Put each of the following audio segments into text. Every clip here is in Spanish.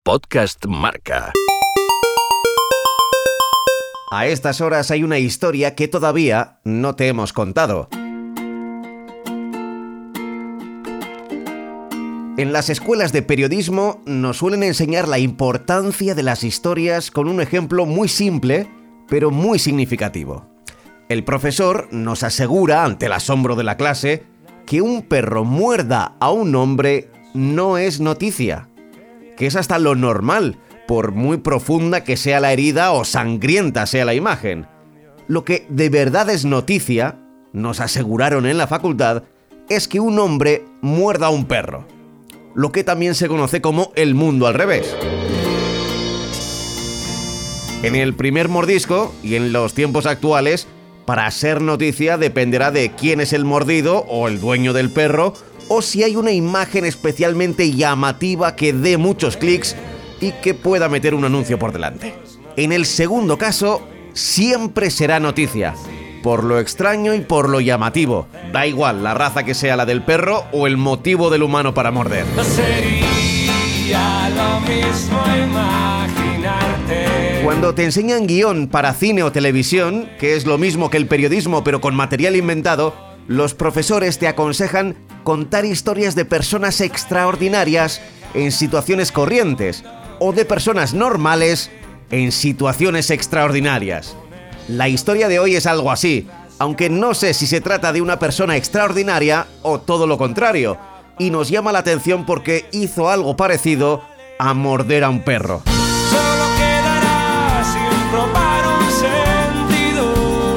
Podcast Marca. A estas horas hay una historia que todavía no te hemos contado. En las escuelas de periodismo nos suelen enseñar la importancia de las historias con un ejemplo muy simple, pero muy significativo. El profesor nos asegura, ante el asombro de la clase, que un perro muerda a un hombre no es noticia, que es hasta lo normal, por muy profunda que sea la herida o sangrienta sea la imagen. Lo que de verdad es noticia, nos aseguraron en la facultad, es que un hombre muerda a un perro, lo que también se conoce como el mundo al revés. En el primer mordisco y en los tiempos actuales, para ser noticia dependerá de quién es el mordido o el dueño del perro, o si hay una imagen especialmente llamativa que dé muchos clics y que pueda meter un anuncio por delante. En el segundo caso, siempre será noticia, por lo extraño y por lo llamativo. Da igual la raza que sea la del perro o el motivo del humano para morder. No sería lo mismo imaginarte. Cuando te enseñan guión para cine o televisión, que es lo mismo que el periodismo pero con material inventado, los profesores te aconsejan contar historias de personas extraordinarias en situaciones corrientes o de personas normales en situaciones extraordinarias. La historia de hoy es algo así, aunque no sé si se trata de una persona extraordinaria o todo lo contrario, y nos llama la atención porque hizo algo parecido a morder a un perro. Solo quedará sin probar un sentido.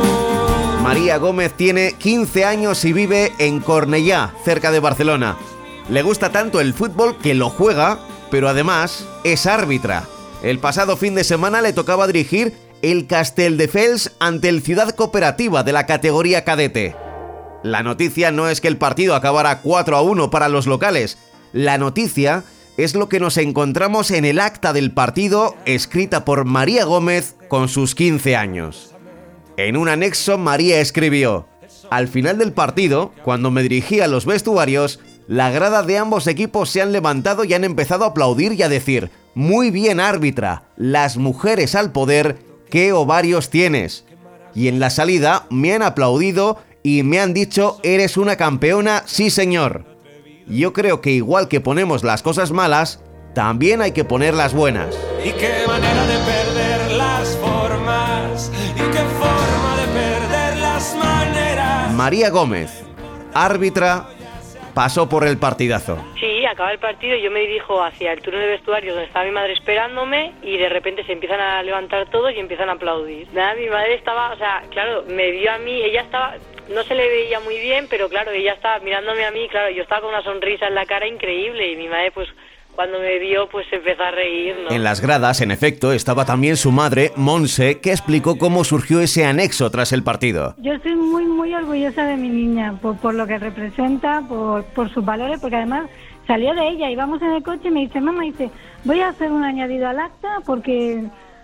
María Gómez tiene 15 años y vive en Cornellà, cerca de Barcelona. Le gusta tanto el fútbol que lo juega, pero además es árbitra. El pasado fin de semana le tocaba dirigir el Castelldefels ante el Ciudad Cooperativa de la categoría cadete. La noticia no es que el partido acabara 4-1 para los locales. La noticia es lo que nos encontramos en el acta del partido escrita por María Gómez con sus 15 años. En un anexo, María escribió: al final del partido, cuando me dirigí a los vestuarios, la grada de ambos equipos se han levantado y han empezado a aplaudir y a decir: muy bien, árbitra, las mujeres al poder, ¿qué ovarios tienes? Y en la salida me han aplaudido y me han dicho: eres una campeona, sí señor. Yo creo que igual que ponemos las cosas malas, también hay que poner las buenas. Y qué manera de perder las formas. Y qué forma de perder las maneras. María Gómez, árbitra, pasó por el partidazo. Sí, acaba el partido y yo me dirijo hacia el turno de vestuario donde estaba mi madre esperándome y de repente se empiezan a levantar todos y empiezan a aplaudir. Nada, mi madre estaba, claro, me vio a mí, ella estaba, no se le veía muy bien, pero claro, ella estaba mirándome a mí, claro, yo estaba con una sonrisa en la cara increíble y mi madre pues cuando me vio pues se empezó a reír, ¿no? En las gradas, en efecto, estaba también su madre, Monse, que explicó cómo surgió ese anexo tras el partido. Yo estoy muy orgullosa de mi niña, por lo que representa, por sus valores, porque además salió de ella, íbamos en el coche y me dice: mamá, voy a hacer un añadido al acta porque,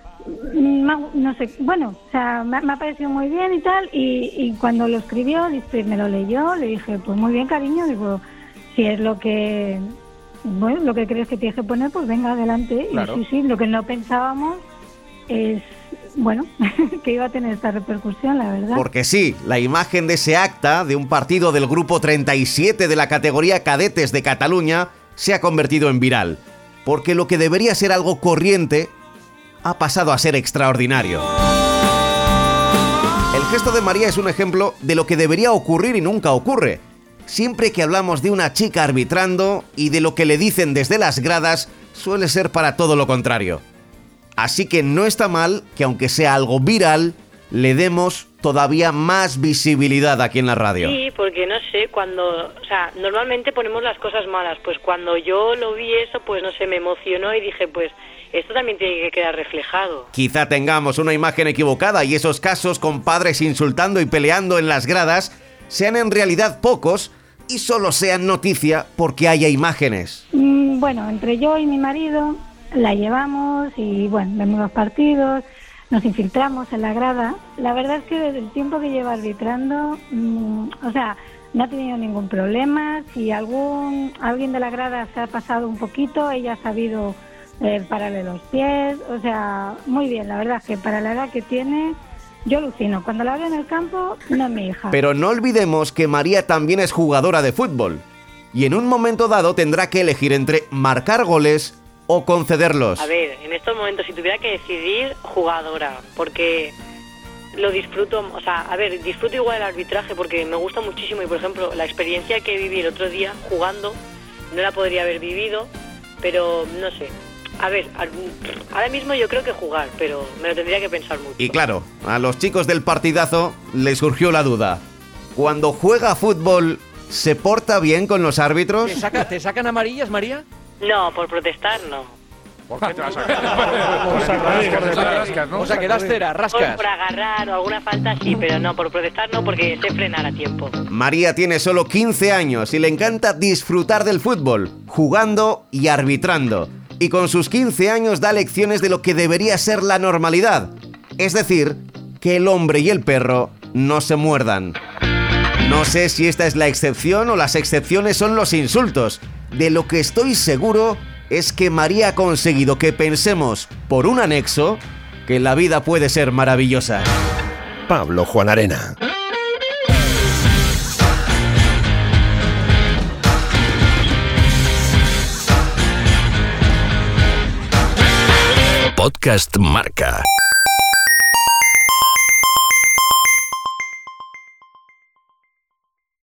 no sé, bueno, o sea, me ha parecido muy bien y tal, y cuando lo escribió, me lo leyó, le dije: pues muy bien, cariño, digo, si es lo que... Bueno, lo que crees que tienes que poner, pues venga, adelante. Claro. Y sí, lo que no pensábamos es, bueno, que iba a tener esta repercusión, la verdad. Porque sí, la imagen de ese acta de un partido del grupo 37 de la categoría cadetes de Cataluña se ha convertido en viral. Porque lo que debería ser algo corriente ha pasado a ser extraordinario. El gesto de María es un ejemplo de lo que debería ocurrir y nunca ocurre. Siempre que hablamos de una chica arbitrando y de lo que le dicen desde las gradas, suele ser para todo lo contrario. Así que no está mal que, aunque sea algo viral, le demos todavía más visibilidad aquí en la radio. Sí, porque no sé, normalmente ponemos las cosas malas, pues cuando yo lo vi eso, pues no sé, me emocionó y dije, pues esto también tiene que quedar reflejado. Quizá tengamos una imagen equivocada y esos casos con padres insultando y peleando en las gradas sean en realidad pocos y solo sean noticia porque haya imágenes. Bueno, entre yo y mi marido la llevamos y bueno, vemos los partidos, nos infiltramos en la grada. La verdad es que desde el tiempo que lleva arbitrando, no ha tenido ningún problema. Si alguien de la grada se ha pasado un poquito, ella ha sabido pararle los pies, o sea, muy bien, la verdad es que para la edad que tiene, yo alucino. Cuando la veo en el campo, no es mi hija. Pero no olvidemos que María también es jugadora de fútbol. Y en un momento dado tendrá que elegir entre marcar goles o concederlos. A ver, en estos momentos, si tuviera que decidir, jugadora, porque lo disfruto, o sea, a ver, disfruto igual el arbitraje porque me gusta muchísimo y, por ejemplo, la experiencia que viví el otro día jugando, no la podría haber vivido, pero no sé. A ver, ahora mismo yo creo que jugar, pero me lo tendría que pensar mucho. Y claro, a los chicos del partidazo les surgió la duda. Cuando juega fútbol, ¿se porta bien con los árbitros? ¿Te sacan amarillas, María? No, por protestar no. ¿Por qué te vas a sacar? O sea, que das cera, rascas. Por agarrar o alguna falta sí, pero no, por protestar no, porque sé frenar a tiempo. María tiene solo 15 años y le encanta disfrutar del fútbol, jugando y arbitrando. Y con sus 15 años da lecciones de lo que debería ser la normalidad. Es decir, que el hombre y el perro no se muerdan. No sé si esta es la excepción o las excepciones son los insultos. De lo que estoy seguro es que María ha conseguido que pensemos, por un anexo, que la vida puede ser maravillosa. Pablo Juan Arena. Podcast Marca.